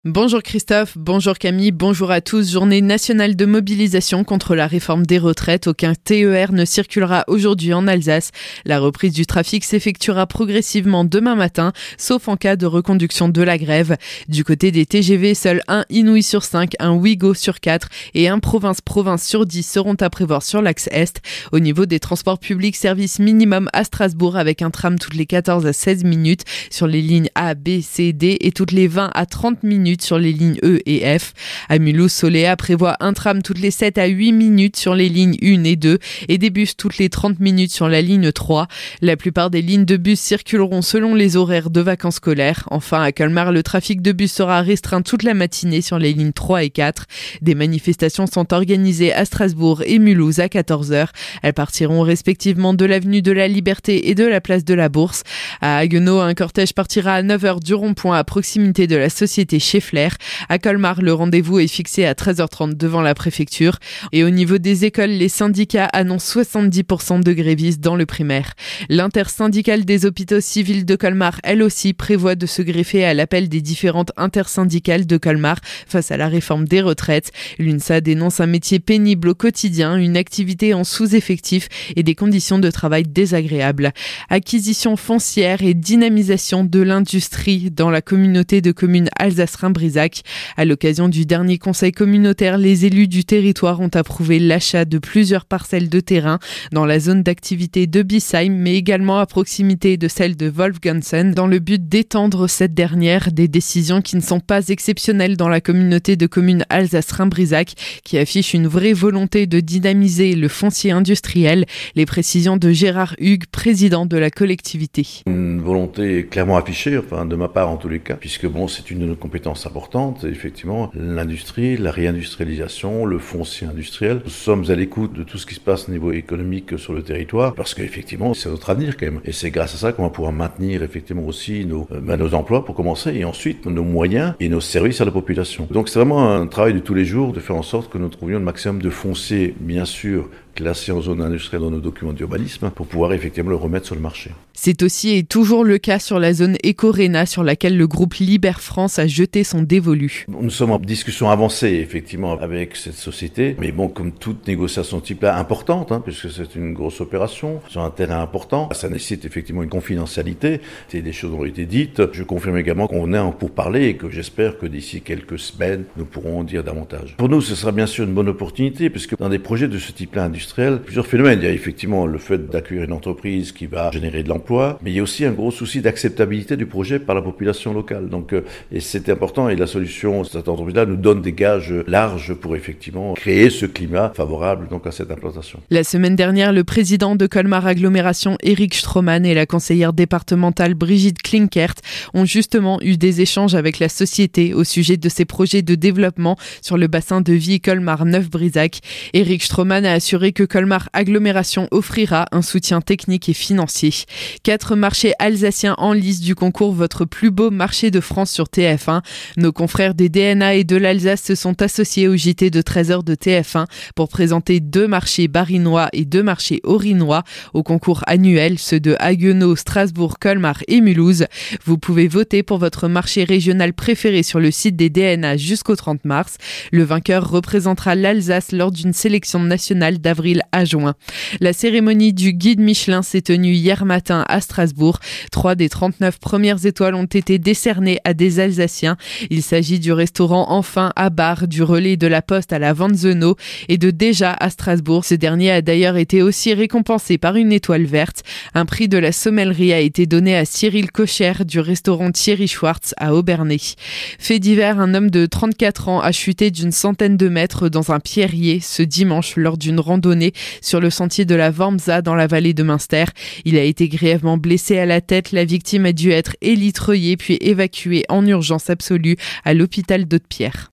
Bonjour Christophe, bonjour Camille, bonjour à tous. Journée nationale de mobilisation contre la réforme des retraites. Aucun TER ne circulera aujourd'hui en Alsace. La reprise du trafic s'effectuera progressivement demain matin, sauf en cas de reconduction de la grève. Du côté des TGV, seul un Inouï sur 5, un Ouigo sur 4 et un province-province sur 10 seront à prévoir sur l'axe Est. Au niveau des transports publics, service minimum à Strasbourg avec un tram toutes les 14 à 16 minutes sur les lignes A, B, C, D et toutes les 20 à 30 minutes sur les lignes E et F. À Mulhouse-Soléa prévoit un tram toutes les 7 à 8 minutes sur les lignes 1 et 2 et des bus toutes les 30 minutes sur la ligne 3. La plupart des lignes de bus circuleront selon les horaires de vacances scolaires. Enfin, à Colmar, le trafic de bus sera restreint toute la matinée sur les lignes 3 et 4. Des manifestations sont organisées à Strasbourg et Mulhouse à 14h. Elles partiront respectivement de l'avenue de la Liberté et de la place de la Bourse. À Haguenau, un cortège partira à 9h du rond-point à proximité de la société Scheffler. À Colmar, le rendez-vous est fixé à 13h30 devant la préfecture. Et au niveau des écoles, les syndicats annoncent 70% de grévistes dans le primaire. L'intersyndicale des hôpitaux civils de Colmar, elle aussi, prévoit de se greffer à l'appel des différentes intersyndicales de Colmar face à la réforme des retraites. L'UNSA dénonce un métier pénible au quotidien, une activité en sous-effectif et des conditions de travail désagréables. Acquisition foncière et dynamisation de l'industrie dans la communauté de communes Alsace-Rhin-Brisac. À l'occasion du dernier conseil communautaire, les élus du territoire ont approuvé l'achat de plusieurs parcelles de terrain dans la zone d'activité de Bissheim, mais également à proximité de celle de Wolfgansen, dans le but d'étendre cette dernière. Des décisions qui ne sont pas exceptionnelles dans la communauté de communes Alsace-Rhin-Brisac, qui affiche une vraie volonté de dynamiser le foncier industriel. Les précisions de Gérard Hugues, président de la collectivité. Une volonté clairement affichée, enfin de ma part en tous les cas, puisque c'est une de nos compétences importantes, effectivement, l'industrie, la réindustrialisation, le foncier industriel. Nous sommes à l'écoute de tout ce qui se passe au niveau économique sur le territoire, parce qu'effectivement, c'est notre avenir quand même. Et c'est grâce à ça qu'on va pouvoir maintenir effectivement aussi nos emplois pour commencer, et ensuite nos moyens et nos services à la population. Donc c'est vraiment un travail de tous les jours de faire en sorte que nous trouvions le maximum de foncier, bien sûr, classé en zone industrielle dans nos documents d'urbanisme pour pouvoir effectivement le remettre sur le marché. C'est aussi et toujours le cas sur la zone Ecorena sur laquelle le groupe Liber France a jeté son dévolu. Nous sommes en discussion avancée effectivement avec cette société, mais comme toute négociation de type là importante, puisque c'est une grosse opération sur un terrain important, ça nécessite effectivement une confidentialité. Des choses ont été dites. Je confirme également qu'on est en pourparlers et que j'espère que d'ici quelques semaines nous pourrons en dire davantage. Pour nous, ce sera bien sûr une bonne opportunité, puisque dans des projets de ce type-là plusieurs phénomènes. Il y a effectivement le fait d'accueillir une entreprise qui va générer de l'emploi, mais il y a aussi un gros souci d'acceptabilité du projet par la population locale. Et c'est important, et la solution, cette entreprise-là nous donne des gages larges pour effectivement créer ce climat favorable à cette implantation. La semaine dernière, le président de Colmar Agglomération, Eric Stroman, et la conseillère départementale Brigitte Klinkert ont justement eu des échanges avec la société au sujet de ces projets de développement sur le bassin de vie Colmar-Neuf-Brisac. Eric Stroman a assuré que Colmar Agglomération offrira un soutien technique et financier. 4 marchés alsaciens en lice du concours Votre plus beau marché de France sur TF1. Nos confrères des DNA et de l'Alsace se sont associés au JT de 13h de TF1 pour présenter 2 marchés barinois et 2 marchés orinois au concours annuel, ceux de Haguenau, Strasbourg, Colmar et Mulhouse. Vous pouvez voter pour votre marché régional préféré sur le site des DNA jusqu'au 30 mars. Le vainqueur représentera l'Alsace lors d'une sélection nationale d'avril à juin. La cérémonie du guide Michelin s'est tenue hier matin à Strasbourg. 3 des 39 premières étoiles ont été décernées à des Alsaciens. Il s'agit du restaurant Enfin à Bar, du Relais de la Poste à la Vanzeno et de Déjà à Strasbourg. Ce dernier a d'ailleurs été aussi récompensé par une étoile verte. Un prix de la sommellerie a été donné à Cyril Kocher du restaurant Thierry Schwartz à Obernai. Fait divers, un homme de 34 ans a chuté d'une centaine de mètres dans un pierrier ce dimanche lors d'une randonnée sur le sentier de la Wormsa dans la vallée de Münster. Il a été grièvement blessé à la tête. La victime a dû être élitreuillée puis évacuée en urgence absolue à l'hôpital d'Haute-Pierre.